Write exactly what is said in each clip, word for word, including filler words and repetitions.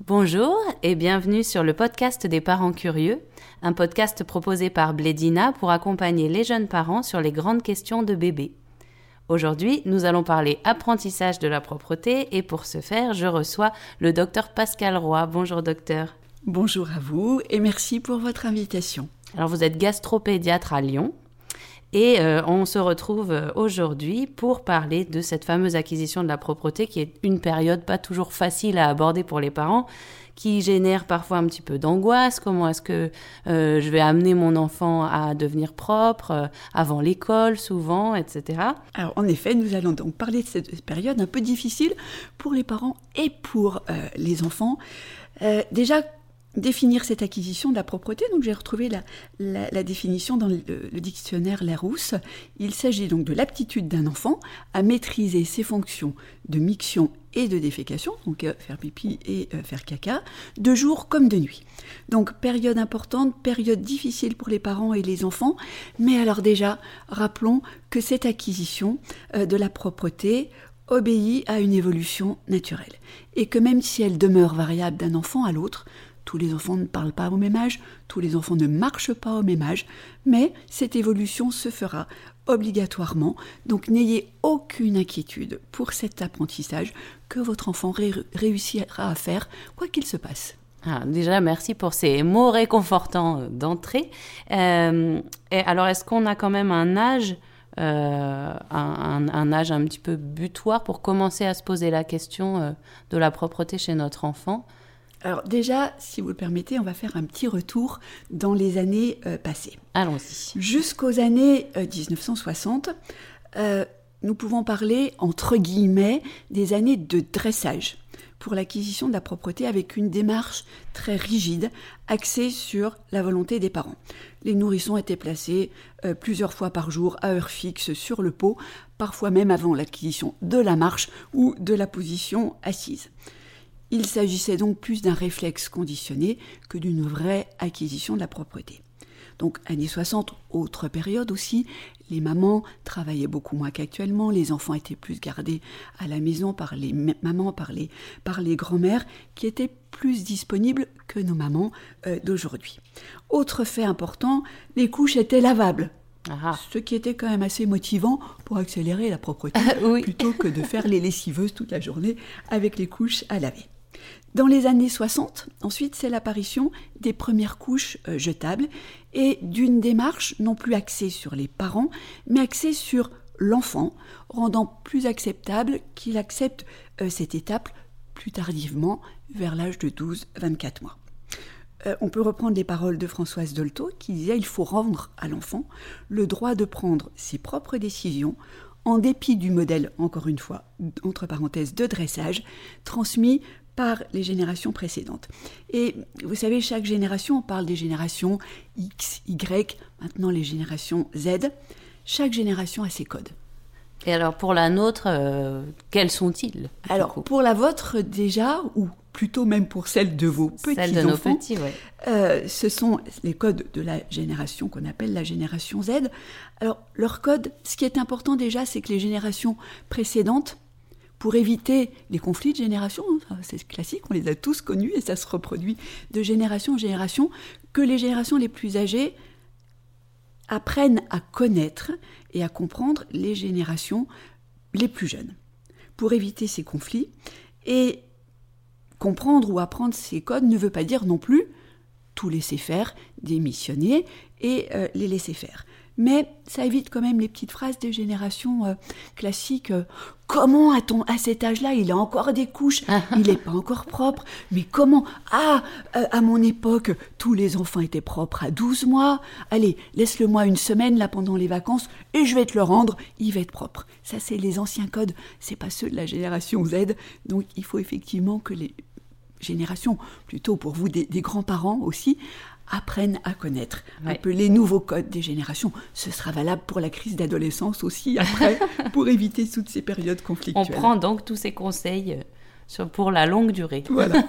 Bonjour et bienvenue sur le podcast des parents curieux, un podcast proposé par Blédina pour accompagner les jeunes parents sur les grandes questions de bébé. Aujourd'hui, nous allons parler apprentissage de la propreté et pour ce faire, je reçois le docteur Pascal Roy. Bonjour docteur. Bonjour à vous et merci pour votre invitation. Alors vous êtes gastropédiatre à Lyon et euh, on se retrouve aujourd'hui pour parler de cette fameuse acquisition de la propreté qui est une période pas toujours facile à aborder pour les parents, qui génère parfois un petit peu d'angoisse. Comment est-ce que euh, je vais amener mon enfant à devenir propre euh, avant l'école souvent, et cetera. Alors en effet, nous allons donc parler de cette période un peu difficile pour les parents et pour euh, les enfants. Euh, déjà, définir cette acquisition de la propreté, donc j'ai retrouvé la, la, la définition dans le, le dictionnaire Larousse. Il s'agit donc de l'aptitude d'un enfant à maîtriser ses fonctions de miction et de défécation, donc euh, faire pipi et euh, faire caca, de jour comme de nuit. Donc période importante, période difficile pour les parents et les enfants, mais alors déjà, rappelons que cette acquisition euh, de la propreté obéit à une évolution naturelle, et que même si elle demeure variable d'un enfant à l'autre, tous les enfants ne parlent pas au même âge, tous les enfants ne marchent pas au même âge, mais cette évolution se fera obligatoirement. Donc n'ayez aucune inquiétude pour cet apprentissage que votre enfant ré- réussira à faire, quoi qu'il se passe. Ah, déjà, merci pour ces mots réconfortants d'entrée. Euh, et alors, est-ce qu'on a quand même un âge, euh, un, un, un âge un petit peu butoir pour commencer à se poser la question euh, de la propreté chez notre enfant ? Alors déjà, si vous le permettez, on va faire un petit retour dans les années euh, passées. Allons-y. Jusqu'aux années euh, dix-neuf cent soixante, euh, nous pouvons parler, entre guillemets, des années de dressage pour l'acquisition de la propreté avec une démarche très rigide, axée sur la volonté des parents. Les nourrissons étaient placés euh, plusieurs fois par jour à heure fixe sur le pot, parfois même avant l'acquisition de la marche ou de la position assise. Il s'agissait donc plus d'un réflexe conditionné que d'une vraie acquisition de la propreté. Donc, années soixante, autre période aussi, les mamans travaillaient beaucoup moins qu'actuellement, les enfants étaient plus gardés à la maison par les mamans, par les, par les grands-mères, qui étaient plus disponibles que nos mamans euh, d'aujourd'hui. Autre fait important, les couches étaient lavables. Ah. Ce qui était quand même assez motivant pour accélérer la propreté, oui. plutôt que de faire les lessiveuses toute la journée avec les couches à laver. Dans les années soixante, ensuite, c'est l'apparition des premières couches euh, jetables et d'une démarche non plus axée sur les parents, mais axée sur l'enfant, rendant plus acceptable qu'il accepte euh, cette étape plus tardivement, vers l'âge de douze à vingt-quatre mois. Euh, on peut reprendre les paroles de Françoise Dolto qui disait « Il faut rendre à l'enfant le droit de prendre ses propres décisions en dépit du modèle, encore une fois, entre parenthèses, de dressage, transmis par les générations précédentes. » Et vous savez, chaque génération, on parle des générations X, Y, maintenant les générations Z. Chaque génération a ses codes. Et alors, pour la nôtre, euh, quels sont-ils ? Alors, pour la vôtre déjà, ou plutôt même pour celle de vos petits Celle de nos enfants, petits, ouais. euh, ce sont les codes de la génération qu'on appelle la génération Z. Alors, leur code, ce qui est important déjà, c'est que les générations précédentes, pour éviter les conflits de génération, c'est classique, on les a tous connus et ça se reproduit de génération en génération, que les générations les plus âgées apprennent à connaître et à comprendre les générations les plus jeunes. Pour éviter ces conflits, et comprendre ou apprendre ces codes ne veut pas dire non plus tout laisser faire, démissionner et euh, les laisser faire. Mais ça évite quand même les petites phrases des générations euh, classiques. Euh, comment à, ton, à cet âge-là, il a encore des couches, il n'est pas encore propre. Mais comment ? Ah, euh, à mon époque, tous les enfants étaient propres à douze mois. Allez, laisse-le-moi une semaine là pendant les vacances et je vais te le rendre, il va être propre. Ça, c'est les anciens codes, c'est pas ceux de la génération Z. Donc, il faut effectivement que les générations, plutôt pour vous des, des grands-parents aussi, apprennent à connaître ouais. un peu les nouveaux codes des générations. Ce sera valable pour la crise d'adolescence aussi, après, pour éviter toutes ces périodes conflictuelles. On prend donc tous ces conseils sur, pour la longue durée. Voilà.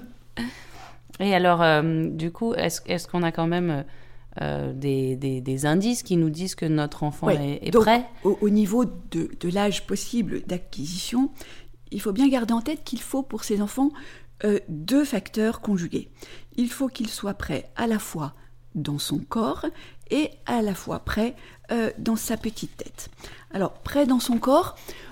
Et alors, euh, du coup, est-ce, est-ce qu'on a quand même euh, des, des, des indices qui nous disent que notre enfant ouais. est, est donc, prêt ? au, au niveau de, de l'âge possible d'acquisition, il faut bien garder en tête qu'il faut pour ces enfants euh, deux facteurs conjugués. Il faut qu'il soit prêt à la fois dans son corps et à la fois prêt euh, dans sa petite tête. Alors, prêt dans son corps,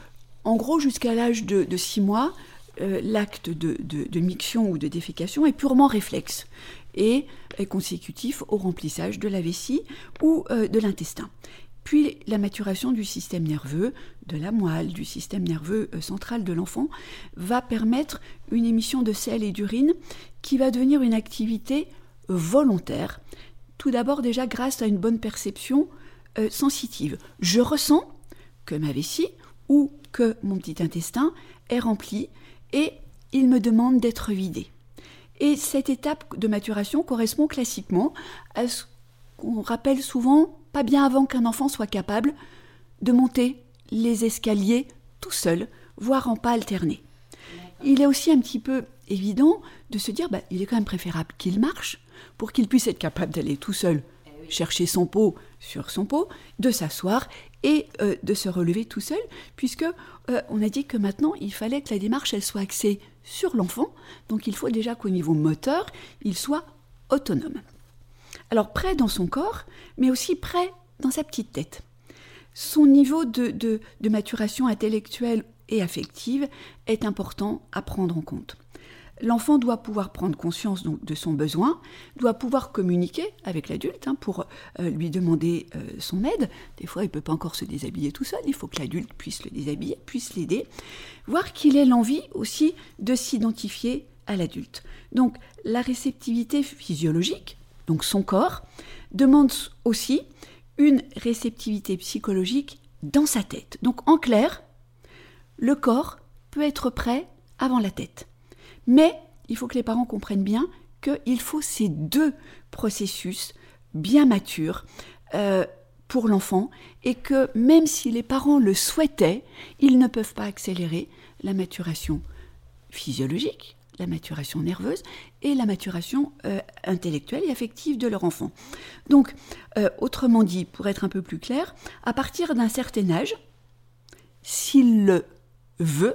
en gros, jusqu'à l'âge de, de six mois, euh, l'acte de, de, de miction ou de défécation est purement réflexe et est consécutif au remplissage de la vessie ou euh, de l'intestin. Puis la maturation du système nerveux, de la moelle, du système nerveux euh, central de l'enfant, va permettre une émission de sel et d'urine qui va devenir une activité volontaire. Tout d'abord déjà grâce à une bonne perception euh, sensitive. Je ressens que ma vessie ou que mon petit intestin est rempli et il me demande d'être vidé. Et cette étape de maturation correspond classiquement à ce qu'on rappelle souvent, pas bien avant qu'un enfant soit capable de monter les escaliers tout seul, voire en pas alterné. Il est aussi un petit peu évident de se dire, bah, il est quand même préférable qu'il marche pour qu'il puisse être capable d'aller tout seul chercher son pot sur son pot, de s'asseoir et euh, de se relever tout seul, puisque euh, on a dit que maintenant, il fallait que la démarche elle soit axée sur l'enfant, donc il faut déjà qu'au niveau moteur, il soit autonome. Alors, prêt dans son corps, mais aussi prêt dans sa petite tête. Son niveau de, de, de maturation intellectuelle et affective est important à prendre en compte. L'enfant doit pouvoir prendre conscience donc, de son besoin, doit pouvoir communiquer avec l'adulte hein, pour euh, lui demander euh, son aide. Des fois, il ne peut pas encore se déshabiller tout seul, il faut que l'adulte puisse le déshabiller, puisse l'aider, voir qu'il ait l'envie aussi de s'identifier à l'adulte. Donc, la réceptivité physiologique, donc son corps, demande aussi une réceptivité psychologique dans sa tête. Donc, en clair, le corps peut être prêt avant la tête. Mais il faut que les parents comprennent bien qu'il faut ces deux processus bien matures euh, pour l'enfant et que même si les parents le souhaitaient, ils ne peuvent pas accélérer la maturation physiologique, la maturation nerveuse et la maturation euh, intellectuelle et affective de leur enfant. Donc, euh, autrement dit, pour être un peu plus clair, à partir d'un certain âge, s'il le veut,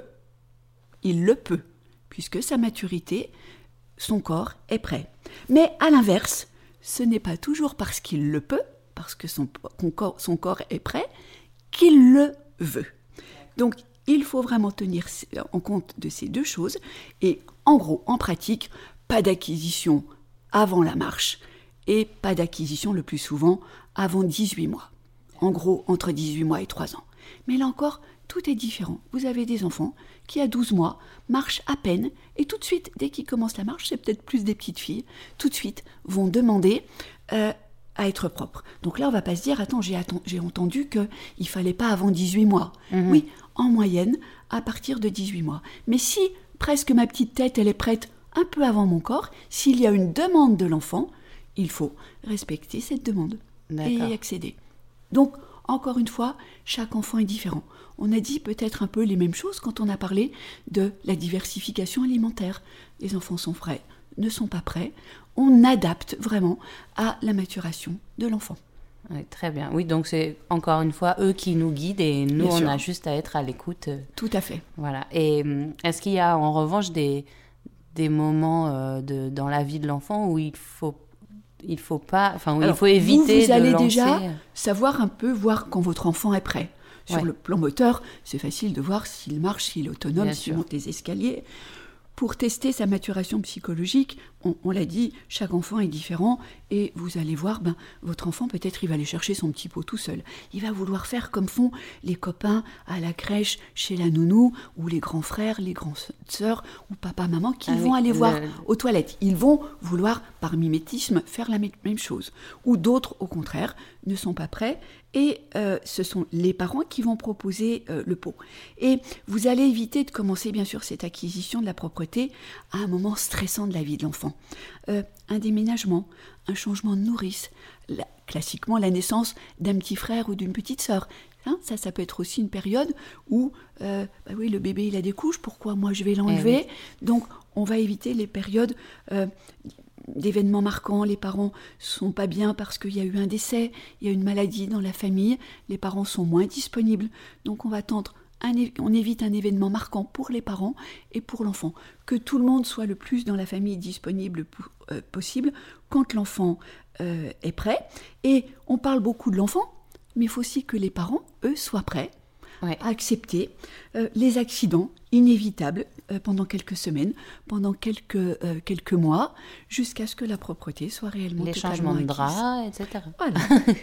il le peut. Puisque sa maturité, son corps est prêt. Mais à l'inverse, ce n'est pas toujours parce qu'il le peut, parce que son, son corps est prêt, qu'il le veut. Donc, il faut vraiment tenir en compte de ces deux choses. Et en gros, en pratique, pas d'acquisition avant la marche et pas d'acquisition le plus souvent avant dix-huit mois. En gros, entre dix-huit mois et trois ans. Mais là encore, tout est différent. Vous avez des enfants qui, à douze mois, marchent à peine et tout de suite, dès qu'ils commencent la marche, c'est peut-être plus des petites filles, tout de suite vont demander euh, à être propres. Donc là, on ne va pas se dire, attends, j'ai, atten- j'ai entendu qu'il ne fallait pas avant dix-huit mois. Mmh. Oui, en moyenne, à partir de dix-huit mois. Mais si presque ma petite tête, elle est prête un peu avant mon corps, s'il y a une demande de l'enfant, il faut respecter cette demande. D'accord. Et y accéder. Donc, encore une fois, chaque enfant est différent. On a dit peut-être un peu les mêmes choses quand on a parlé de la diversification alimentaire. Les enfants sont prêts, ne sont pas prêts. On adapte vraiment à la maturation de l'enfant. Oui, très bien. Oui, donc c'est encore une fois eux qui nous guident et nous, Bien on sûr. a juste à être à l'écoute. Tout à fait. Voilà. Et est-ce qu'il y a en revanche des, des moments euh, de, dans la vie de l'enfant où il faut il faut pas, enfin, où Alors, il faut éviter vous, vous allez de lancer... déjà savoir un peu, voir quand votre enfant est prêt. Sur ouais. le plan moteur, c'est facile de voir s'il marche, s'il est autonome, Bien s'il sûr. monte les escaliers. Pour tester sa maturation psychologique, on, on l'a dit, chaque enfant est différent et vous allez voir, ben, votre enfant, peut-être, il va aller chercher son petit pot tout seul. Il va vouloir faire comme font les copains à la crèche, chez la nounou, ou les grands frères, les grandes sœurs, ou papa, maman, qui ah vont oui, aller le... voir aux toilettes. Ils vont vouloir, par mimétisme, faire la même chose. Ou d'autres, au contraire, ne sont pas prêts et euh, ce sont les parents qui vont proposer euh, le pot. Et vous allez éviter de commencer, bien sûr, cette acquisition de la propreté à un moment stressant de la vie de l'enfant. Euh, un déménagement, un changement de nourrice, la, classiquement la naissance d'un petit frère ou d'une petite sœur. Hein, ça, ça peut être aussi une période où, euh, bah oui, le bébé, il a des couches, pourquoi moi je vais l'enlever ? Eh oui. Donc, on va éviter les périodes... Euh, d'événements marquants, les parents sont pas bien parce qu'il y a eu un décès, il y a une maladie dans la famille, les parents sont moins disponibles, donc on va attendre un, on évite un événement marquant pour les parents et pour l'enfant. Que tout le monde soit le plus dans la famille disponible pour, euh, possible quand l'enfant euh, est prêt. Et on parle beaucoup de l'enfant, mais il faut aussi que les parents, eux, soient prêts ouais. à accepter euh, les accidents inévitables euh, pendant quelques semaines, pendant quelques, euh, quelques mois, jusqu'à ce que la propreté soit réellement les totalement changements de acquise. draps, et cetera. Voilà.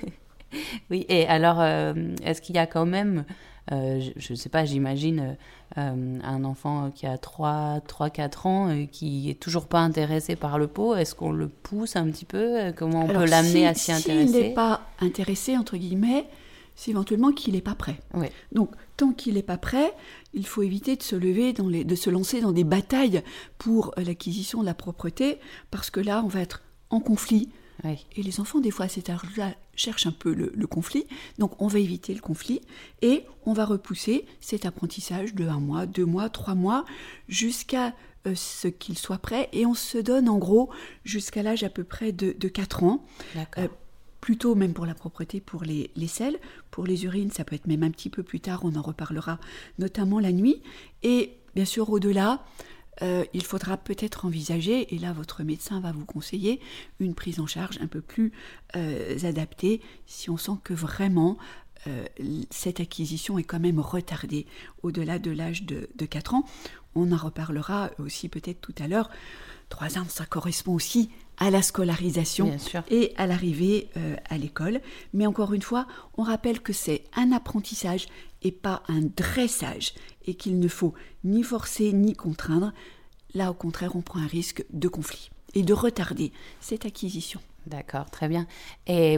Oui, et alors, euh, est-ce qu'il y a quand même, euh, je ne sais pas, j'imagine euh, un enfant qui a trois quatre ans et qui est toujours pas intéressé par le pot, est-ce qu'on le pousse un petit peu? Comment on alors, peut l'amener si, à s'y intéresser? S'il n'est pas intéressé, entre guillemets, c'est éventuellement qu'il n'est pas prêt. Oui. Donc, tant qu'il n'est pas prêt, il faut éviter de se lever, dans les, de se lancer dans des batailles pour euh, l'acquisition de la propreté, parce que là, on va être en conflit. Oui. Et les enfants, des fois, à cet âge-là, cherchent un peu le, le conflit. Donc, on va éviter le conflit et on va repousser cet apprentissage de un mois, deux mois, trois mois, jusqu'à euh, ce qu'il soit prêt. Et on se donne, en gros, jusqu'à l'âge à peu près de, de quatre ans. D'accord. Euh, plutôt même pour la propreté, pour les, les selles. Pour les urines, ça peut être même un petit peu plus tard, on en reparlera, notamment la nuit. Et bien sûr, au-delà, euh, il faudra peut-être envisager, et là votre médecin va vous conseiller, une prise en charge un peu plus euh, adaptée, si on sent que vraiment euh, cette acquisition est quand même retardée au-delà de l'âge de, de quatre ans. On en reparlera aussi peut-être tout à l'heure. trois ans, ça correspond aussi à la scolarisation et à l'arrivée euh, à l'école. Mais encore une fois, on rappelle que c'est un apprentissage et pas un dressage, et qu'il ne faut ni forcer ni contraindre. Là, au contraire, on prend un risque de conflit et de retarder cette acquisition. D'accord, très bien. Et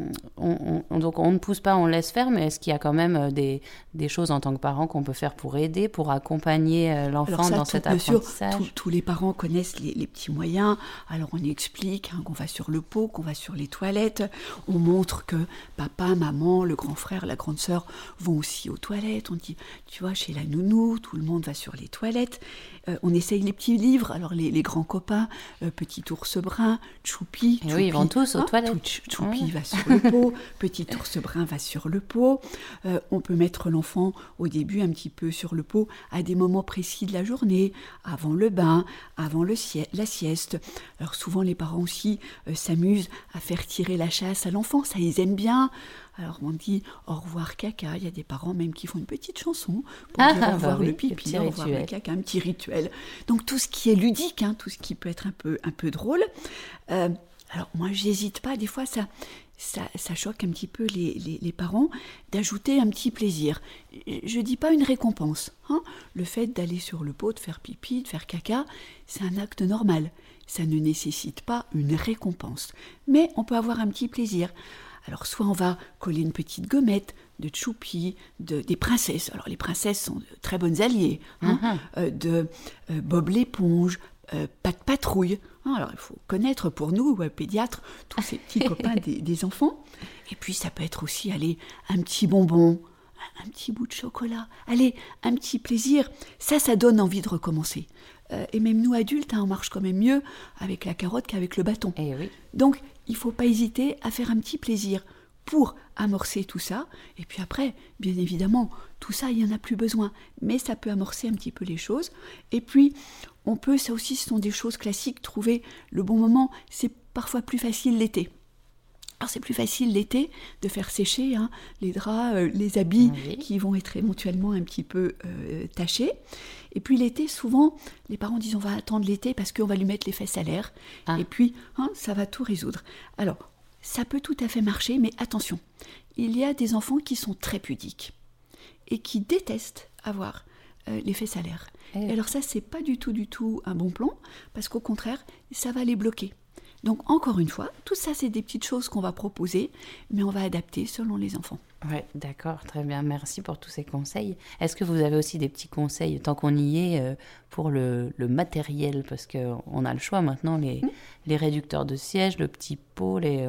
on, on, donc on ne pousse pas, on laisse faire, mais est-ce qu'il y a quand même des, des choses en tant que parent qu'on peut faire pour aider, pour accompagner l'enfant ça, dans tout, cet apprentissage? Bien sûr, tous les parents connaissent les, les petits moyens. Alors on explique hein, qu'on va sur le pot, qu'on va sur les toilettes. On montre que papa, maman, le grand frère, la grande sœur vont aussi aux toilettes. On dit, tu vois, chez la nounou, tout le monde va sur les toilettes. Euh, on essaye les petits livres. Alors les, les grands copains, euh, Petit ours brun, Choupi. Et oui, ils vont tous aux hein, toilettes. Choupi ouais. va sur le pot, Petit ours brun va sur le pot. Euh, on peut mettre l'enfant au début un petit peu sur le pot à des moments précis de la journée, avant le bain, avant le si- la sieste. Alors souvent les parents aussi euh, s'amusent à faire tirer la chasse à l'enfant, ça ils aiment bien. Alors on dit au revoir caca, il y a des parents même qui font une petite chanson pour ah, dire au revoir bah oui, le pipi, le au revoir le caca, un petit rituel. Donc tout ce qui est ludique, hein, tout ce qui peut être un peu, un peu drôle. Euh, alors moi j'hésite pas, des fois ça, ça, ça choque un petit peu les, les, les parents d'ajouter un petit plaisir. Je dis pas une récompense. Hein. Le fait d'aller sur le pot, de faire pipi, de faire caca, c'est un acte normal. Ça ne nécessite pas une récompense. Mais on peut avoir un petit plaisir. Alors soit on va coller une petite gommette de Choupi, de, des princesses. Alors les princesses sont de très bonnes alliées. Hein, uh-huh. euh, de euh, Bob l'éponge, euh, Pat Patrouille. Hein, alors il faut connaître pour nous, euh, pédiatres, tous ces petits copains des, des enfants. Et puis ça peut être aussi, allez, un petit bonbon, un, un petit bout de chocolat. Allez, un petit plaisir. Ça, ça donne envie de recommencer. Euh, et même nous adultes, hein, on marche quand même mieux avec la carotte qu'avec le bâton. Eh oui. Donc, il ne faut pas hésiter à faire un petit plaisir pour amorcer tout ça. Et puis après, bien évidemment, tout ça, il n'y en a plus besoin. Mais ça peut amorcer un petit peu les choses. Et puis, on peut, ça aussi, ce sont des choses classiques, trouver le bon moment. C'est parfois plus facile l'été. Alors c'est plus facile l'été de faire sécher hein, les draps, euh, les habits oui. qui vont être éventuellement un petit peu euh, tachés. Et puis l'été, souvent, les parents disent on va attendre l'été parce qu'on va lui mettre les fesses à l'air. Ah. Et puis, hein, ça va tout résoudre. Alors, ça peut tout à fait marcher, mais attention, il y a des enfants qui sont très pudiques et qui détestent avoir euh, les fesses à l'air. Et alors ça, c'est pas du tout, du tout un bon plan parce qu'au contraire, ça va les bloquer. Donc, encore une fois, tout ça, c'est des petites choses qu'on va proposer, mais on va adapter selon les enfants. Oui, d'accord, très bien. Merci pour tous ces conseils. Est-ce que vous avez aussi des petits conseils, tant qu'on y est, euh, pour le, le matériel? Parce qu'on a le choix maintenant, les, mmh. les réducteurs de sièges, le petit pot, les... Euh...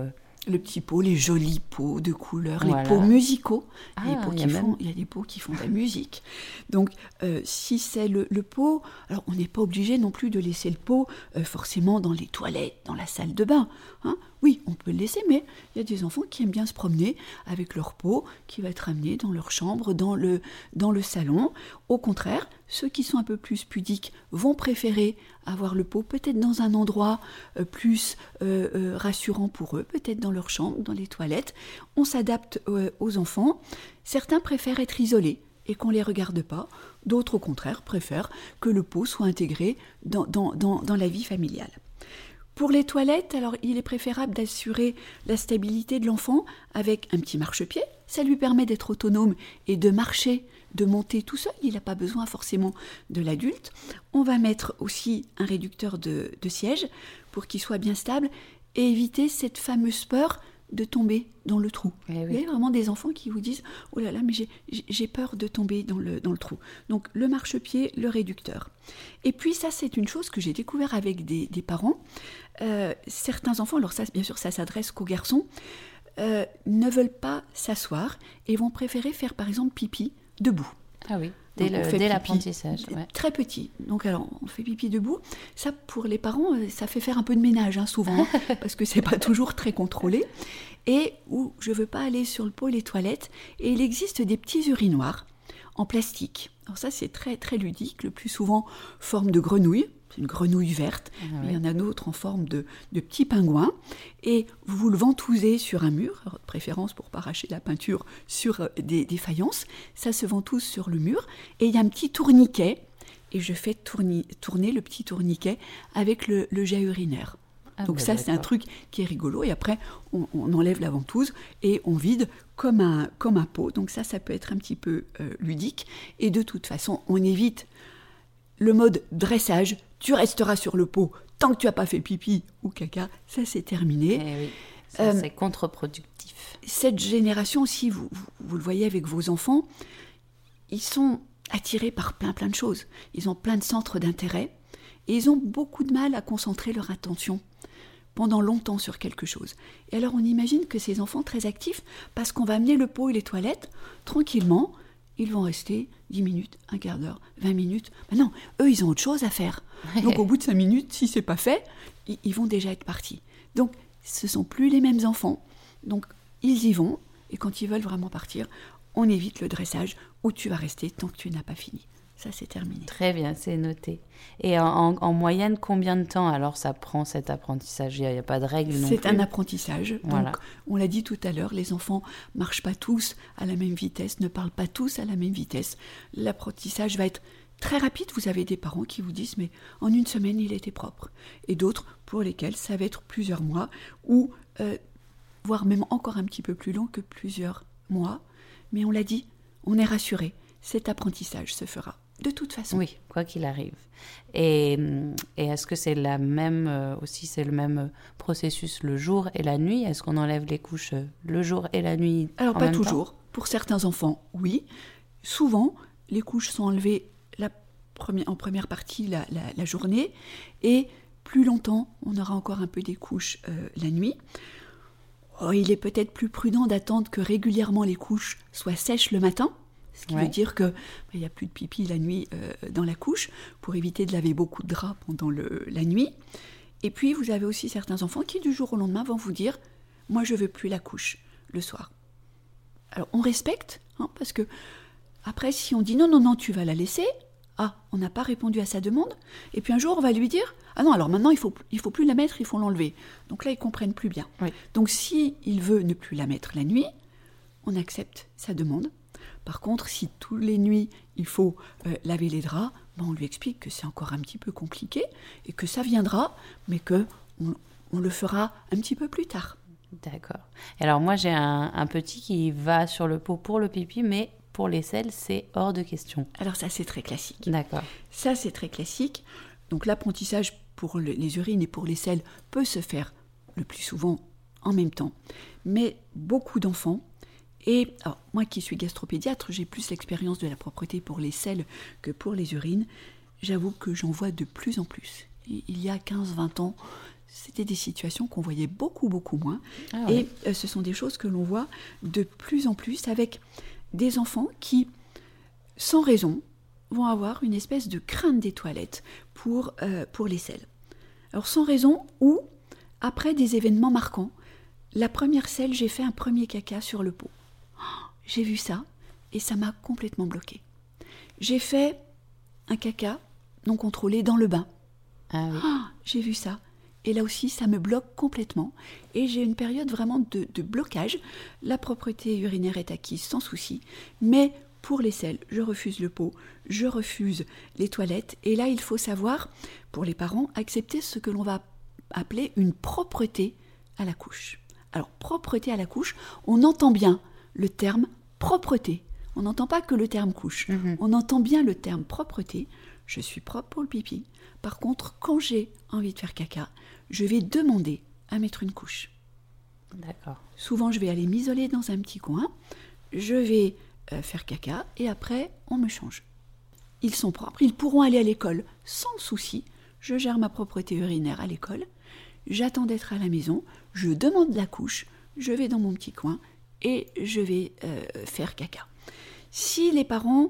Le petit pot, les jolis pots de couleurs, Voilà. les pots musicaux. Ah, les pots il y qui a font, même- il y a des pots qui font de la musique. Donc, euh, si c'est le, le pot, alors on n'est pas obligé non plus de laisser le pot euh, forcément dans les toilettes, dans la salle de bain. Hein. Oui, on peut le laisser, mais il y a des enfants qui aiment bien se promener avec leur pot qui va être amené dans leur chambre, dans le, dans le salon. Au contraire, ceux qui sont un peu plus pudiques vont préférer avoir le pot peut-être dans un endroit euh, plus euh, euh, rassurant pour eux, peut-être dans leur chambre, dans les toilettes. On s'adapte euh, aux enfants. Certains préfèrent être isolés et qu'on ne les regarde pas. D'autres, au contraire, préfèrent que le pot soit intégré dans, dans, dans, dans la vie familiale. Pour les toilettes, alors il est préférable d'assurer la stabilité de l'enfant avec un petit marchepied. Ça lui permet d'être autonome et de marcher, de monter tout seul. Il n'a pas besoin forcément de l'adulte. On va mettre aussi un réducteur de, de siège pour qu'il soit bien stable et éviter cette fameuse peur de tomber dans le trou. Eh oui. Vous avez vraiment des enfants qui vous disent « Oh là là, mais j'ai, j'ai peur de tomber dans le, dans le trou ». Donc le marchepied, le réducteur. Et puis ça, c'est une chose que j'ai découvert avec des, des parents. Euh, certains enfants, alors ça, bien sûr, ça s'adresse qu'aux garçons, euh, ne veulent pas s'asseoir et vont préférer faire, par exemple, pipi debout. Ah oui, dès, Donc, on le, fait dès pipi l'apprentissage. Ouais. Très petit. Donc alors, on fait pipi debout. Ça, pour les parents, euh, ça fait faire un peu de ménage, hein, souvent, parce que c'est pas toujours très contrôlé. Et où je veux pas aller sur le pot et les toilettes. Et il existe des petits urinoirs en plastique. Alors ça, c'est très très ludique. Le plus souvent, forme de grenouille. C'est une grenouille verte. Ah Mais oui. il y en a d'autres en forme de, de petits pingouins. Et vous le ventousez sur un mur, alors, de préférence pour pas arracher la peinture sur euh, des, des faïences. Ça se ventouse sur le mur. Et il y a un petit tourniquet. Et je fais tourni- tourner le petit tourniquet avec le, le jet urinaire. Ah Donc bah, ça, c'est un d'accord. truc qui est rigolo. Et après, on, on enlève la ventouse et on vide comme un, comme un pot. Donc ça, ça peut être un petit peu euh, ludique. Et de toute façon, on évite le mode dressage. Tu resteras sur le pot tant que tu n'as pas fait pipi ou caca. Ça, c'est terminé. Eh oui, ça, Euh, c'est contre-productif. Cette génération aussi, vous, vous, vous le voyez avec vos enfants, ils sont attirés par plein plein de choses. Ils ont plein de centres d'intérêt et ils ont beaucoup de mal à concentrer leur attention pendant longtemps sur quelque chose. Et alors on imagine que ces enfants très actifs, parce qu'on va amener le pot et les toilettes, tranquillement, ils vont rester dix minutes, un quart d'heure, vingt minutes. Ben non, eux, ils ont autre chose à faire. Donc au bout de cinq minutes, si c'est pas fait, ils, ils vont déjà être partis. Donc ce sont plus les mêmes enfants. Donc ils y vont, et quand ils veulent vraiment partir, on évite le dressage où tu vas rester tant que tu n'as pas fini. Ça, c'est terminé. Très bien, c'est noté. Et en, en- en moyenne, combien de temps alors ça prend cet apprentissage? Il n'y a, il y a pas de règle non plus. C'est un apprentissage. Voilà. Donc, on l'a dit tout à l'heure, les enfants marchent pas tous à la même vitesse, ne parlent pas tous à la même vitesse. L'apprentissage va être très rapide. Vous avez des parents qui vous disent, mais en une semaine, il était propre. Et d'autres pour lesquels ça va être plusieurs mois, ou euh, voire même encore un petit peu plus long que plusieurs mois. Mais on l'a dit, on est rassuré. Cet apprentissage se fera de toute façon. Oui, quoi qu'il arrive. Et, et est-ce que c'est la même euh, aussi, c'est le même euh, processus le jour et la nuit? Est-ce qu'on enlève les couches euh, le jour et la nuit Alors en pas même temps? toujours. Pour certains enfants, oui. Souvent, les couches sont enlevées la première, en première partie la, la, la journée, et plus longtemps, on aura encore un peu des couches euh, la nuit. Oh, il est peut-être plus prudent d'attendre que régulièrement les couches soient sèches le matin, ce qui Ouais. veut dire qu'il n'y a plus de pipi la nuit euh, dans la couche, pour éviter de laver beaucoup de draps pendant le, la nuit. Et puis, vous avez aussi certains enfants qui, du jour au lendemain, vont vous dire « Moi, je veux plus la couche le soir ». Alors, on respecte, hein, parce que après, si on dit « Non, non, non, tu vas la laisser », ah, on n'a pas répondu à sa demande. Et puis un jour, on va lui dire « Ah non, alors maintenant, il ne faut, il faut plus la mettre, il faut l'enlever ». Donc là, ils ne comprennent plus bien. Oui. Donc, si il veut ne plus la mettre la nuit, on accepte sa demande. Par contre, si tous les nuits, il faut euh, laver les draps, ben, on lui explique que c'est encore un petit peu compliqué et que ça viendra, mais qu'on on le fera un petit peu plus tard. D'accord. Alors moi, j'ai un, un petit qui va sur le pot pour le pipi, mais pour les selles, c'est hors de question. Alors ça, c'est très classique. D'accord. Ça, c'est très classique. Donc l'apprentissage pour le- les urines et pour les selles peut se faire le plus souvent en même temps. Mais beaucoup d'enfants, et alors, moi qui suis gastropédiatre, j'ai plus l'expérience de la propreté pour les selles que pour les urines. J'avoue que j'en vois de plus en plus. Il y a quinze vingt ans, c'était des situations qu'on voyait beaucoup, beaucoup moins. Ah ouais. Et euh, ce sont des choses que l'on voit de plus en plus avec des enfants qui, sans raison, vont avoir une espèce de crainte des toilettes pour, euh, pour les selles. Alors sans raison ou après des événements marquants. La première selle, j'ai fait un premier caca sur le pot. Oh, j'ai vu ça et ça m'a complètement bloquée. J'ai fait un caca non contrôlé dans le bain. Ah oui. Oh, j'ai vu ça. Et là aussi, ça me bloque complètement. Et j'ai une période vraiment de, de blocage. La propreté urinaire est acquise sans souci. Mais pour les selles, je refuse le pot, je refuse les toilettes. Et là, il faut savoir, pour les parents, accepter ce que l'on va appeler une propreté à la couche. Alors, propreté à la couche, on entend bien le terme propreté. On n'entend pas que le terme couche. Mmh. On entend bien le terme propreté. Je suis propre pour le pipi. Par contre, quand j'ai envie de faire caca, je vais demander à mettre une couche. D'accord. Souvent, je vais aller m'isoler dans un petit coin. Je vais euh, faire caca et après, on me change. Ils sont propres. Ils pourront aller à l'école sans souci. Je gère ma propreté urinaire à l'école. J'attends d'être à la maison. Je demande la couche. Je vais dans mon petit coin et je vais euh, faire caca. Si les parents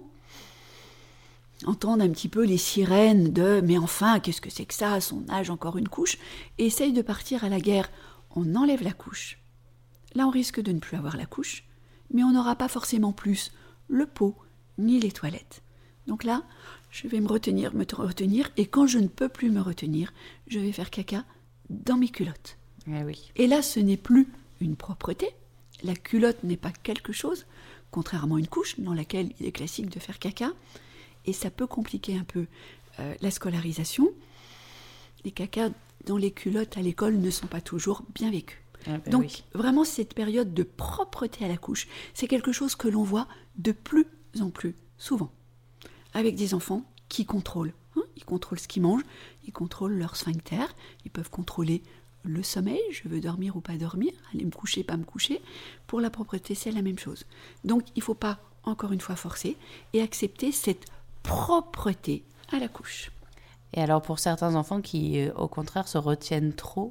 entendent un petit peu les sirènes de « mais enfin, qu'est-ce que c'est que ça, à son âge, encore une couche ?» et essayent de partir à la guerre, on enlève la couche. Là, on risque de ne plus avoir la couche, mais on n'aura pas forcément plus le pot ni les toilettes. Donc là, je vais me retenir, me retenir, et quand je ne peux plus me retenir, je vais faire caca dans mes culottes. Eh oui. Et là, ce n'est plus une propreté. La culotte n'est pas quelque chose, contrairement à une couche dans laquelle il est classique de faire caca. Et ça peut compliquer un peu euh, la scolarisation. Les cacas dans les culottes à l'école ne sont pas toujours bien vécus. Ah ben Donc oui. vraiment cette période de propreté à la couche, c'est quelque chose que l'on voit de plus en plus souvent. Avec des enfants qui contrôlent. Hein, ils contrôlent ce qu'ils mangent, ils contrôlent leur sphincter, ils peuvent contrôler le sommeil, je veux dormir ou pas dormir, aller me coucher, pas me coucher. Pour la propreté, c'est la même chose. Donc il ne faut pas, encore une fois, forcer et accepter cette propreté à la couche. Et alors pour certains enfants qui, euh, au contraire, se retiennent trop,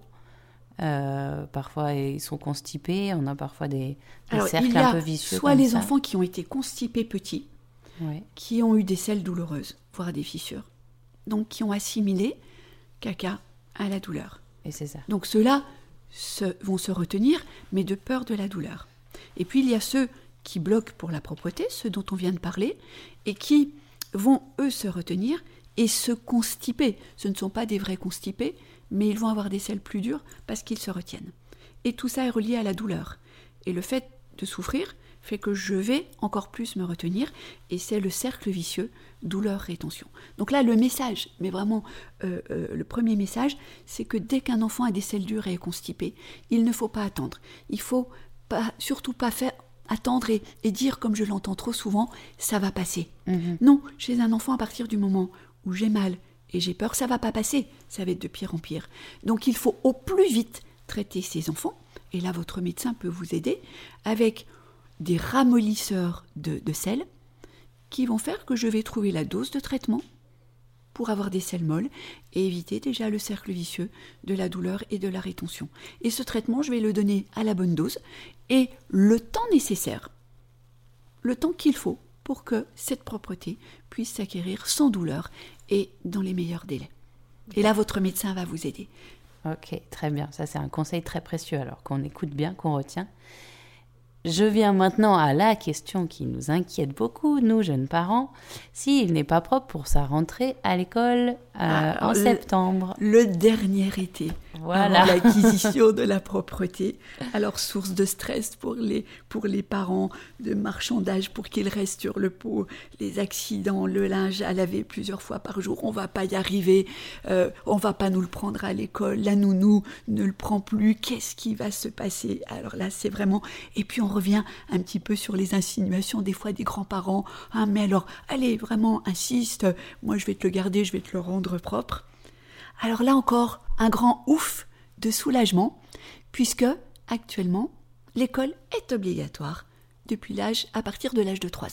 euh, parfois ils sont constipés, on a parfois des, des alors, cercles il y a un peu vicieux soit comme les ça. enfants qui ont été constipés petits, Ouais. qui ont eu des selles douloureuses, voire des fissures, donc qui ont assimilé caca à la douleur. Et c'est ça. Donc ceux-là se, vont se retenir, mais de peur de la douleur. Et puis il y a ceux qui bloquent pour la propreté, ceux dont on vient de parler, et qui vont, eux, se retenir et se constiper. Ce ne sont pas des vrais constipés, mais ils vont avoir des selles plus dures parce qu'ils se retiennent. Et tout ça est relié à la douleur. Et le fait de souffrir fait que je vais encore plus me retenir, et c'est le cercle vicieux, douleur-rétention. Donc là, le message, mais vraiment euh, euh, le premier message, c'est que dès qu'un enfant a des selles dures et est constipé, il ne faut pas attendre. Il ne faut pas, surtout pas faire attendre et, et dire, comme je l'entends trop souvent, ça va passer. Mmh. Non, chez un enfant, à partir du moment où j'ai mal et j'ai peur, ça va pas passer, ça va être de pire en pire. Donc il faut au plus vite traiter ces enfants, et là votre médecin peut vous aider, avec des ramollisseurs de, de sel qui vont faire que je vais trouver la dose de traitement pour avoir des selles molles et éviter déjà le cercle vicieux de la douleur et de la rétention. Et ce traitement, je vais le donner à la bonne dose et le temps nécessaire, le temps qu'il faut pour que cette propreté puisse s'acquérir sans douleur et dans les meilleurs délais. Et là, votre médecin va vous aider. Ok, très bien. Ça, c'est un conseil très précieux, alors qu'on écoute bien, qu'on retient. Je viens maintenant à la question qui nous inquiète beaucoup, nous, jeunes parents. S'il n'est pas propre pour sa rentrée à l'école euh, ah, en le, septembre. Le dernier été, voilà. Avant l'acquisition de la propreté. Alors, source de stress pour les, pour les parents, de marchandage pour qu'il reste sur le pot, les accidents, le linge à laver plusieurs fois par jour, on ne va pas y arriver, euh, on ne va pas nous le prendre à l'école, la nounou ne le prend plus, qu'est-ce qui va se passer? Alors là, c'est vraiment... Et puis, on revient un petit peu sur les insinuations des fois des grands-parents. Ah, mais alors, allez, vraiment, insiste, moi je vais te le garder, je vais te le rendre propre. Alors là encore, un grand ouf de soulagement, puisque actuellement, l'école est obligatoire depuis l'âge, à partir de l'âge de trois ans.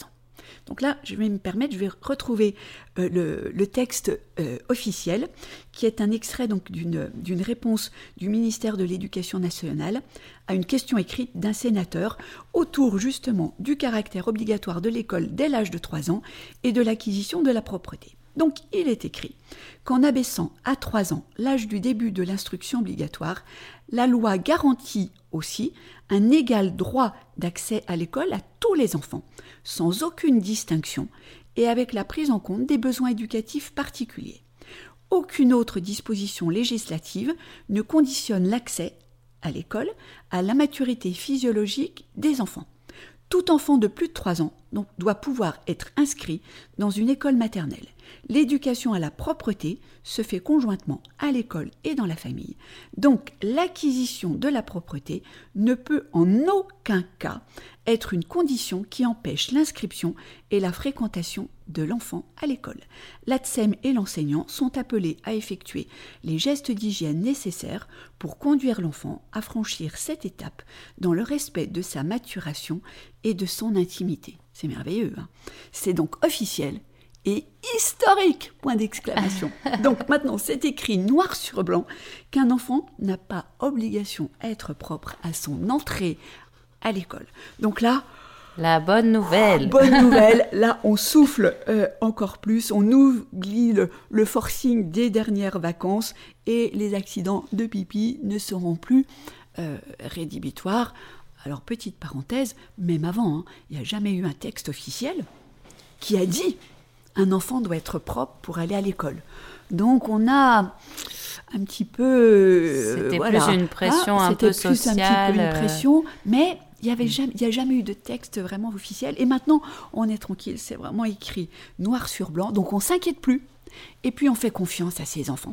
Donc là, je vais me permettre, je vais retrouver euh, le, le texte euh, officiel, qui est un extrait donc d'une, d'une réponse du ministère de l'Éducation nationale à une question écrite d'un sénateur autour justement du caractère obligatoire de l'école dès l'âge de trois ans et de l'acquisition de la propreté. Donc il est écrit qu'en abaissant à trois ans l'âge du début de l'instruction obligatoire, la loi garantit aussi un égal droit d'accès à l'école à tous les enfants, sans aucune distinction et avec la prise en compte des besoins éducatifs particuliers. Aucune autre disposition législative ne conditionne l'accès à l'école à la maturité physiologique des enfants. Tout enfant de plus de trois ans donc, doit pouvoir être inscrit dans une école maternelle. L'éducation à la propreté se fait conjointement à l'école et dans la famille. Donc, l'acquisition de la propreté ne peut en aucun cas être une condition qui empêche l'inscription et la fréquentation de l'enfant à l'école. L'A T S E M et l'enseignant sont appelés à effectuer les gestes d'hygiène nécessaires pour conduire l'enfant à franchir cette étape dans le respect de sa maturation et de son intimité. C'est merveilleux, hein ? C'est donc officiel et historique, point d'exclamation. Donc maintenant, c'est écrit noir sur blanc qu'un enfant n'a pas obligation à être propre à son entrée à l'école. Donc là, la bonne nouvelle. Oh, bonne nouvelle, là on souffle euh, encore plus, on oublie le, le forcing des dernières vacances et les accidents de pipi ne seront plus euh, rédhibitoires. Alors petite parenthèse, même avant, hein, il n'y a jamais eu un texte officiel qui a dit un enfant doit être propre pour aller à l'école. Donc on a un petit peu... Euh, c'était voilà, plus une pression hein, un peu sociale. C'était plus un petit peu une pression, mais il n'y avait jamais, il y a jamais eu de texte vraiment officiel. Et maintenant, on est tranquille, c'est vraiment écrit noir sur blanc, donc on ne s'inquiète plus. Et puis on fait confiance à ses enfants.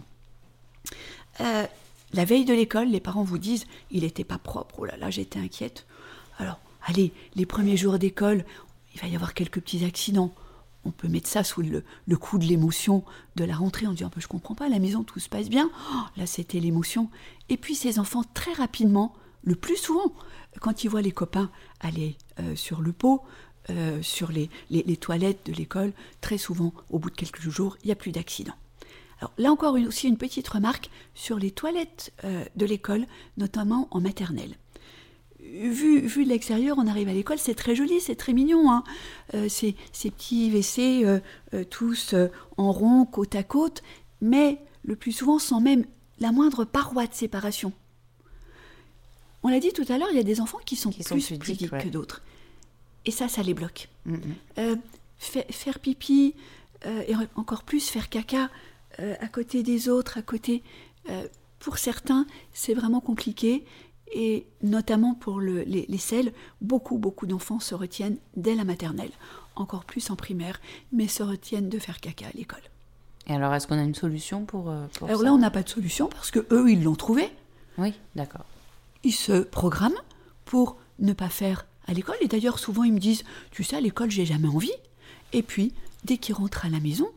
Euh, la veille de l'école, les parents vous disent « il n'était pas propre, oh là là, j'étais inquiète ». Alors, allez, les premiers jours d'école, il va y avoir quelques petits accidents. On peut mettre ça sous le, le coup de l'émotion de la rentrée en disant « je ne comprends pas, à la maison tout se passe bien oh, ». Là, c'était l'émotion. Et puis ces enfants, très rapidement, le plus souvent, quand ils voient les copains aller euh, sur le pot, euh, sur les, les, les toilettes de l'école, très souvent, au bout de quelques jours, il n'y a plus d'accident. Alors là encore, une, aussi une petite remarque sur les toilettes euh, de l'école, notamment en maternelle. Vu, vu de l'extérieur, on arrive à l'école, c'est très joli, c'est très mignon. Hein. Euh, ces, ces petits W C, euh, euh, tous euh, en rond, côte à côte, mais le plus souvent sans même la moindre paroi de séparation. On l'a dit tout à l'heure, il y a des enfants qui sont qui plus sont pudiques ouais. que d'autres. Et ça, ça les bloque. Mm-hmm. Euh, fa- faire pipi, euh, et encore plus faire caca euh, à côté des autres, à côté... Euh, pour certains, c'est vraiment compliqué. Et notamment pour le, les, les selles, beaucoup, beaucoup d'enfants se retiennent dès la maternelle, encore plus en primaire, mais se retiennent de faire caca à l'école. Et alors, est-ce qu'on a une solution pour, pour alors ça ? là, on n'a pas de solution parce que eux, ils l'ont trouvé. Oui, d'accord. Ils se programment pour ne pas faire à l'école. Et d'ailleurs, souvent, ils me disent, tu sais, à l'école, j'ai jamais envie. Et puis, dès qu'ils rentrent à la maison,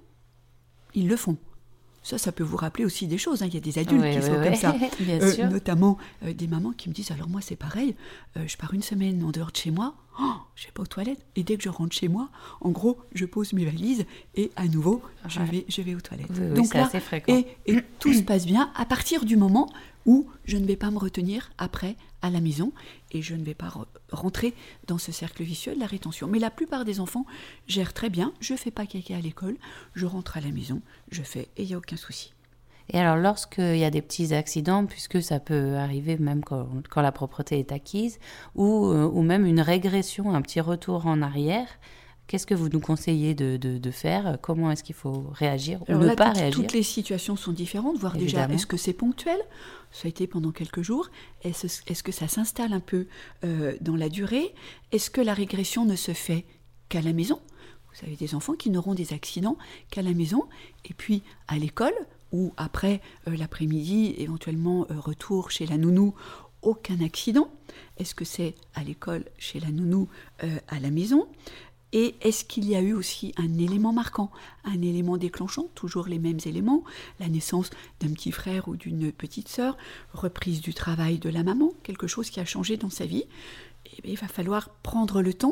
ils le font. Ça, ça peut vous rappeler aussi des choses. Hein. Il y a des adultes oui, qui oui, sont oui. comme ça. Bien euh, sûr. Notamment euh, des mamans qui me disent, alors moi, c'est pareil, euh, je pars une semaine en dehors de chez moi, oh, je vais pas aux toilettes. Et dès que je rentre chez moi, en gros, je pose mes valises et à nouveau, je, ouais. vais, je vais aux toilettes. Oui, oui, Donc c'est là, assez fréquent. Et, et tout se passe bien à partir du moment où je ne vais pas me retenir après à la maison et je ne vais pas re- rentrer dans ce cercle vicieux de la rétention. Mais la plupart des enfants gèrent très bien. Je fais pas caca à l'école, je rentre à la maison, je fais et il n'y a aucun souci. Et alors, lorsqu'il y a des petits accidents, puisque ça peut arriver même quand, quand la propreté est acquise, ou, euh, ou même une régression, un petit retour en arrière, qu'est-ce que vous nous conseillez de, de, de faire ? Comment est-ce qu'il faut réagir Alors ou ne là, pas toutes, réagir ? toutes les situations sont différentes, voire Évidemment. déjà, est-ce que c'est ponctuel ? Ça a été pendant quelques jours. Est-ce, est-ce que ça s'installe un peu euh, dans la durée ? Est-ce que la régression ne se fait qu'à la maison ? Vous avez des enfants qui n'auront des accidents qu'à la maison, et puis à l'école, ou après euh, l'après-midi, éventuellement euh, retour chez la nounou, aucun accident. Est-ce que c'est à l'école, chez la nounou, euh, à la maison ? Et est-ce qu'il y a eu aussi un élément marquant, un élément déclenchant, toujours les mêmes éléments, la naissance d'un petit frère ou d'une petite sœur, reprise du travail de la maman, quelque chose qui a changé dans sa vie ? Et bien, il va falloir prendre le temps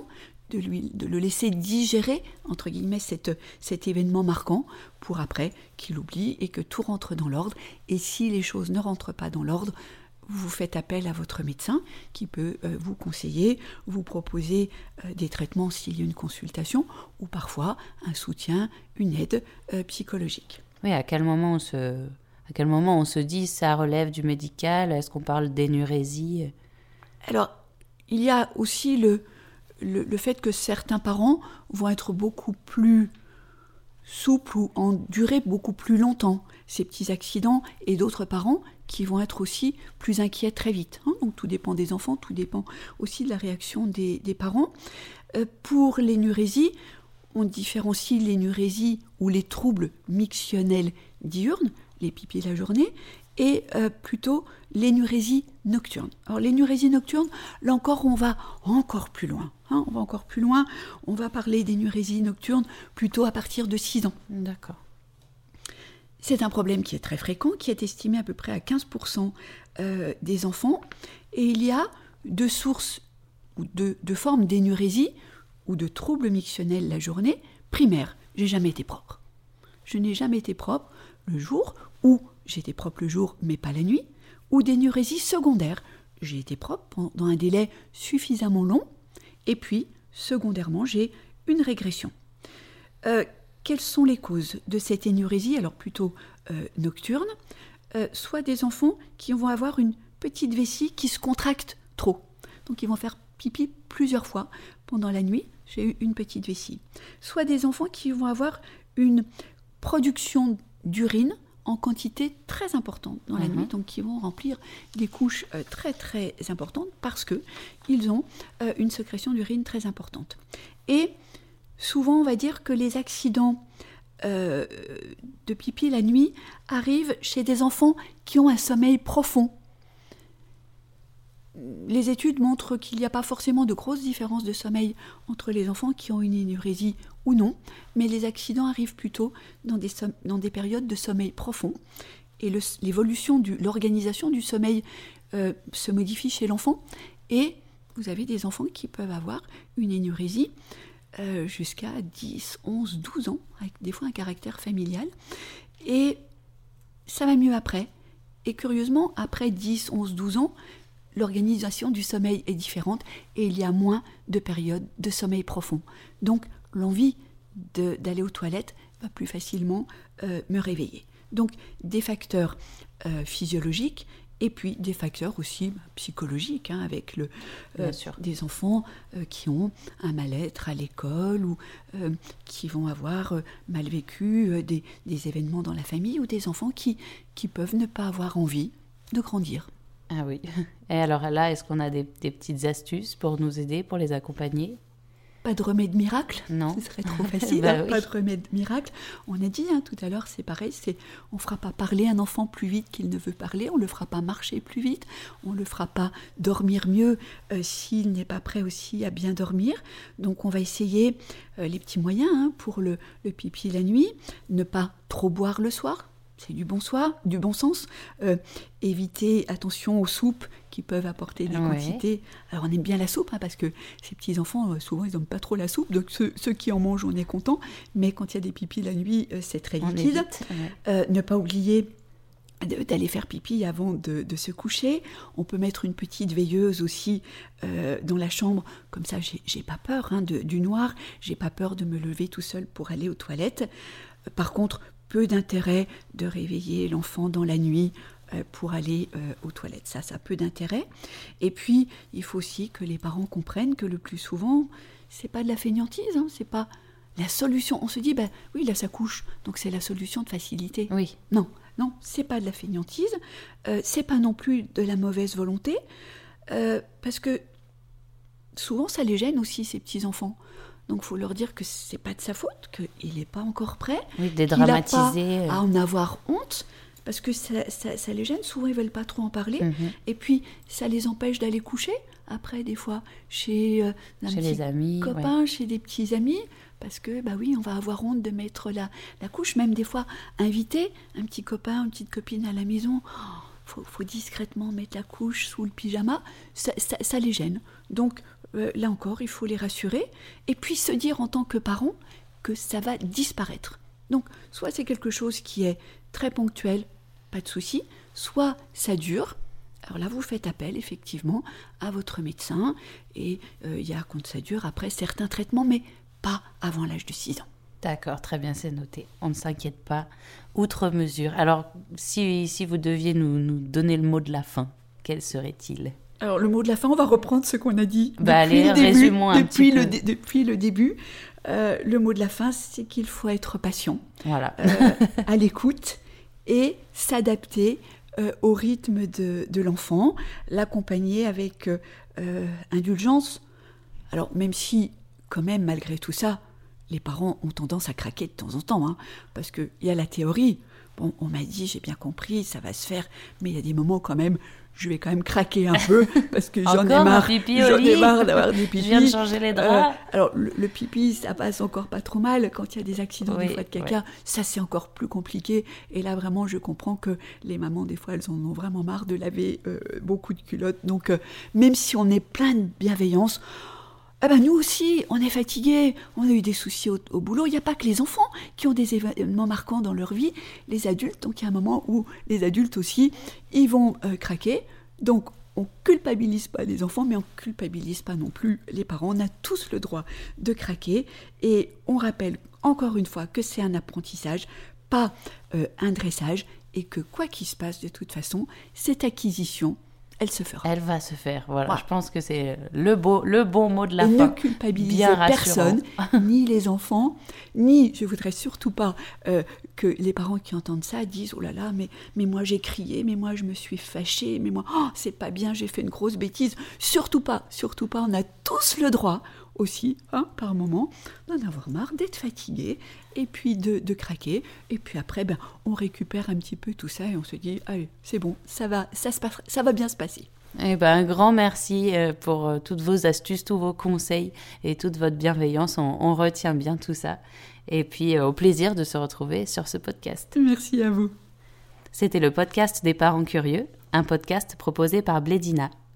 de, lui, de le laisser digérer, entre guillemets, cette, cet événement marquant, pour après qu'il oublie et que tout rentre dans l'ordre. Et si les choses ne rentrent pas dans l'ordre, vous faites appel à votre médecin qui peut euh, vous conseiller, vous proposer euh, des traitements s'il y a une consultation, ou parfois un soutien, une aide euh, psychologique. Oui, à quel moment on se, à quel moment on se dit ça relève du médical? Est-ce qu'on parle d'énurésie? Alors, il y a aussi le, le, le fait que certains parents vont être beaucoup plus souples ou endurer beaucoup plus longtemps ces petits accidents, et d'autres parents qui vont être aussi plus inquiets très vite. Hein. Donc tout dépend des enfants, tout dépend aussi de la réaction des, des parents. Euh, pour l'énurésie, on différencie l'énurésie ou les troubles mictionnels diurnes, les pipis la journée, et euh, plutôt l'énurésie nocturne. Alors l'énurésie nocturne, là encore, on va encore plus loin. Hein, on va encore plus loin. On va parler d'énurésie nocturne plutôt à partir de six ans. D'accord. C'est un problème qui est très fréquent, qui est estimé à peu près à quinze pour cent euh, des enfants. Et il y a deux sources ou deux, deux formes d'énurésie ou de troubles mictionnels la journée primaires. J'ai jamais été propre. Je n'ai jamais été propre le jour, ou j'ai été propre le jour mais pas la nuit, ou d'énurésie secondaire. J'ai été propre pendant un délai suffisamment long, et puis, secondairement, j'ai une régression. Euh, quelles sont les causes de cette énurésie, alors plutôt euh, nocturne? euh, Soit des enfants qui vont avoir une petite vessie qui se contracte trop. Donc, ils vont faire pipi plusieurs fois pendant la nuit. J'ai eu une petite vessie. Soit des enfants qui vont avoir une production d'urine en quantité très importante dans la mmh. nuit, donc qui vont remplir des couches euh, très très importantes parce qu'ils ont euh, une sécrétion d'urine très importante. Et souvent, on va dire que les accidents euh, de pipi la nuit arrivent chez des enfants qui ont un sommeil profond. Les études montrent qu'il n'y a pas forcément de grosses différences de sommeil entre les enfants qui ont une énurésie ou non, mais les accidents arrivent plutôt dans des, som- dans des périodes de sommeil profond. Et le, l'évolution de l'organisation du sommeil euh, se modifie chez l'enfant. Et vous avez des enfants qui peuvent avoir une énurésie euh, jusqu'à dix, onze, douze ans, avec des fois un caractère familial. Et ça va mieux après. Et curieusement, après dix, onze, douze ans, l'organisation du sommeil est différente et il y a moins de périodes de sommeil profond. Donc, l'envie de, d'aller aux toilettes va plus facilement euh, me réveiller. Donc, des facteurs euh, physiologiques et puis des facteurs aussi bah, psychologiques, hein, avec le, euh, des enfants euh, qui ont un mal-être à l'école ou euh, qui vont avoir euh, mal vécu euh, des, des événements dans la famille, ou des enfants qui, qui peuvent ne pas avoir envie de grandir. Ah oui. Et alors là, est-ce qu'on a des, des petites astuces pour nous aider, pour les accompagner? Pas de remède miracle, non. Ce serait trop facile, bah hein, oui. Pas de remède miracle. On a dit hein, tout à l'heure, c'est pareil, c'est, on ne fera pas parler un enfant plus vite qu'il ne veut parler, on ne le fera pas marcher plus vite, on ne le fera pas dormir mieux euh, s'il n'est pas prêt aussi à bien dormir. Donc on va essayer euh, les petits moyens hein, pour le, le pipi la nuit, ne pas trop boire le soir. C'est du bon soir, du bon sens. Euh, éviter, attention aux soupes qui peuvent apporter des ouais. quantités. Alors on aime bien la soupe, hein, parce que ces petits-enfants, euh, souvent, ils n'aiment pas trop la soupe. Donc ceux, ceux qui en mangent, on est content. Mais quand il y a des pipis la nuit, euh, c'est très on liquide. Évite, ouais. euh, ne pas oublier de, d'aller faire pipi avant de, de se coucher. On peut mettre une petite veilleuse aussi euh, dans la chambre. Comme ça, j'ai, j'ai pas peur hein, de, du noir. J'ai pas peur de me lever tout seul pour aller aux toilettes. Euh, par contre, peu d'intérêt de réveiller l'enfant dans la nuit euh, pour aller euh, aux toilettes. Ça, ça a peu d'intérêt. Et puis, il faut aussi que les parents comprennent que le plus souvent, c'est pas de la fainéantise, hein, c'est pas la solution. On se dit, ben oui, là, ça couche, donc c'est la solution de facilité. Oui. Non, non, c'est pas de la fainéantise, euh, c'est pas non plus de la mauvaise volonté, euh, parce que souvent, ça les gêne aussi, ces petits-enfants. Donc, il faut leur dire que ce n'est pas de sa faute, qu'il n'est pas encore prêt, oui, dédramatiser. qu'il n'a pas à en avoir honte, parce que ça, ça, ça les gêne. Souvent, ils ne veulent pas trop en parler. Mm-hmm. Et puis, ça les empêche d'aller coucher, après, des fois, chez euh, un chez petit les amis, copain, ouais. chez des petits amis, parce que, bah oui, on va avoir honte de mettre la, la couche. Même des fois, inviter un petit copain, une petite copine à la maison, il faut, faut discrètement mettre la couche sous le pyjama, ça, ça, ça les gêne. Donc, euh, là encore, il faut les rassurer et puis se dire en tant que parent que ça va disparaître. Donc, soit c'est quelque chose qui est très ponctuel, pas de souci, soit ça dure. Alors là, vous faites appel effectivement à votre médecin et euh, il y a, quand ça dure, après certains traitements, mais pas avant l'âge de six ans. D'accord, très bien, c'est noté. On ne s'inquiète pas, outre mesure. Alors, si, si vous deviez nous, nous donner le mot de la fin, quel serait-il ? Alors, le mot de la fin, on va reprendre ce qu'on a dit bah, depuis, allez, le, début, résume-moi un depuis, petit le, peu. depuis le début. Euh, le mot de la fin, c'est qu'il faut être patient, voilà. euh, à l'écoute et s'adapter euh, au rythme de, de l'enfant, l'accompagner avec euh, indulgence. Alors, même si, quand même, malgré tout ça, les parents ont tendance à craquer de temps en temps, hein, parce qu'il y a la théorie. Bon, on m'a dit, j'ai bien compris, ça va se faire, mais il y a des moments quand même, je vais quand même craquer un peu, parce que j'en ai marre, pipi, j'en ai marre d'avoir des pipis. Je viens de changer les draps. Euh, alors, le, le pipi, ça passe encore pas trop mal quand il y a des accidents oui, des fois de caca. Oui. Ça, c'est encore plus compliqué. Et là, vraiment, je comprends que les mamans, des fois, elles en ont vraiment marre de laver euh, beaucoup de culottes. Donc, euh, même si on est plein de bienveillance, eh ben nous aussi, on est fatigués, on a eu des soucis au, au boulot. Il n'y a pas que les enfants qui ont des événements marquants dans leur vie, les adultes. Donc il y a un moment où les adultes aussi, ils vont euh, craquer. Donc on ne culpabilise pas les enfants, mais on ne culpabilise pas non plus les parents. On a tous le droit de craquer. Et on rappelle encore une fois que c'est un apprentissage, pas euh, un dressage, et que quoi qu'il se passe de toute façon, cette acquisition, elle se fera. Elle va se faire, voilà. voilà. Je pense que c'est le, beau, le bon mot de la et fin. Ne culpabilisez personne, ni les enfants, ni, je voudrais surtout pas euh, que les parents qui entendent ça disent « Oh là là, mais, mais moi j'ai crié, mais moi je me suis fâchée, mais moi, oh, c'est pas bien, j'ai fait une grosse bêtise. » Surtout pas, surtout pas, on a tous le droit aussi, hein, par moment, d'en avoir marre, d'être fatigué, et puis de, de craquer, et puis après, ben, on récupère un petit peu tout ça, et on se dit, allez, c'est bon, ça va, ça, se passe, ça va bien se passer. Eh ben, un grand merci pour toutes vos astuces, tous vos conseils, et toute votre bienveillance, on, on retient bien tout ça, et puis au plaisir de se retrouver sur ce podcast. Merci à vous. C'était le podcast des parents curieux, un podcast proposé par Blédina.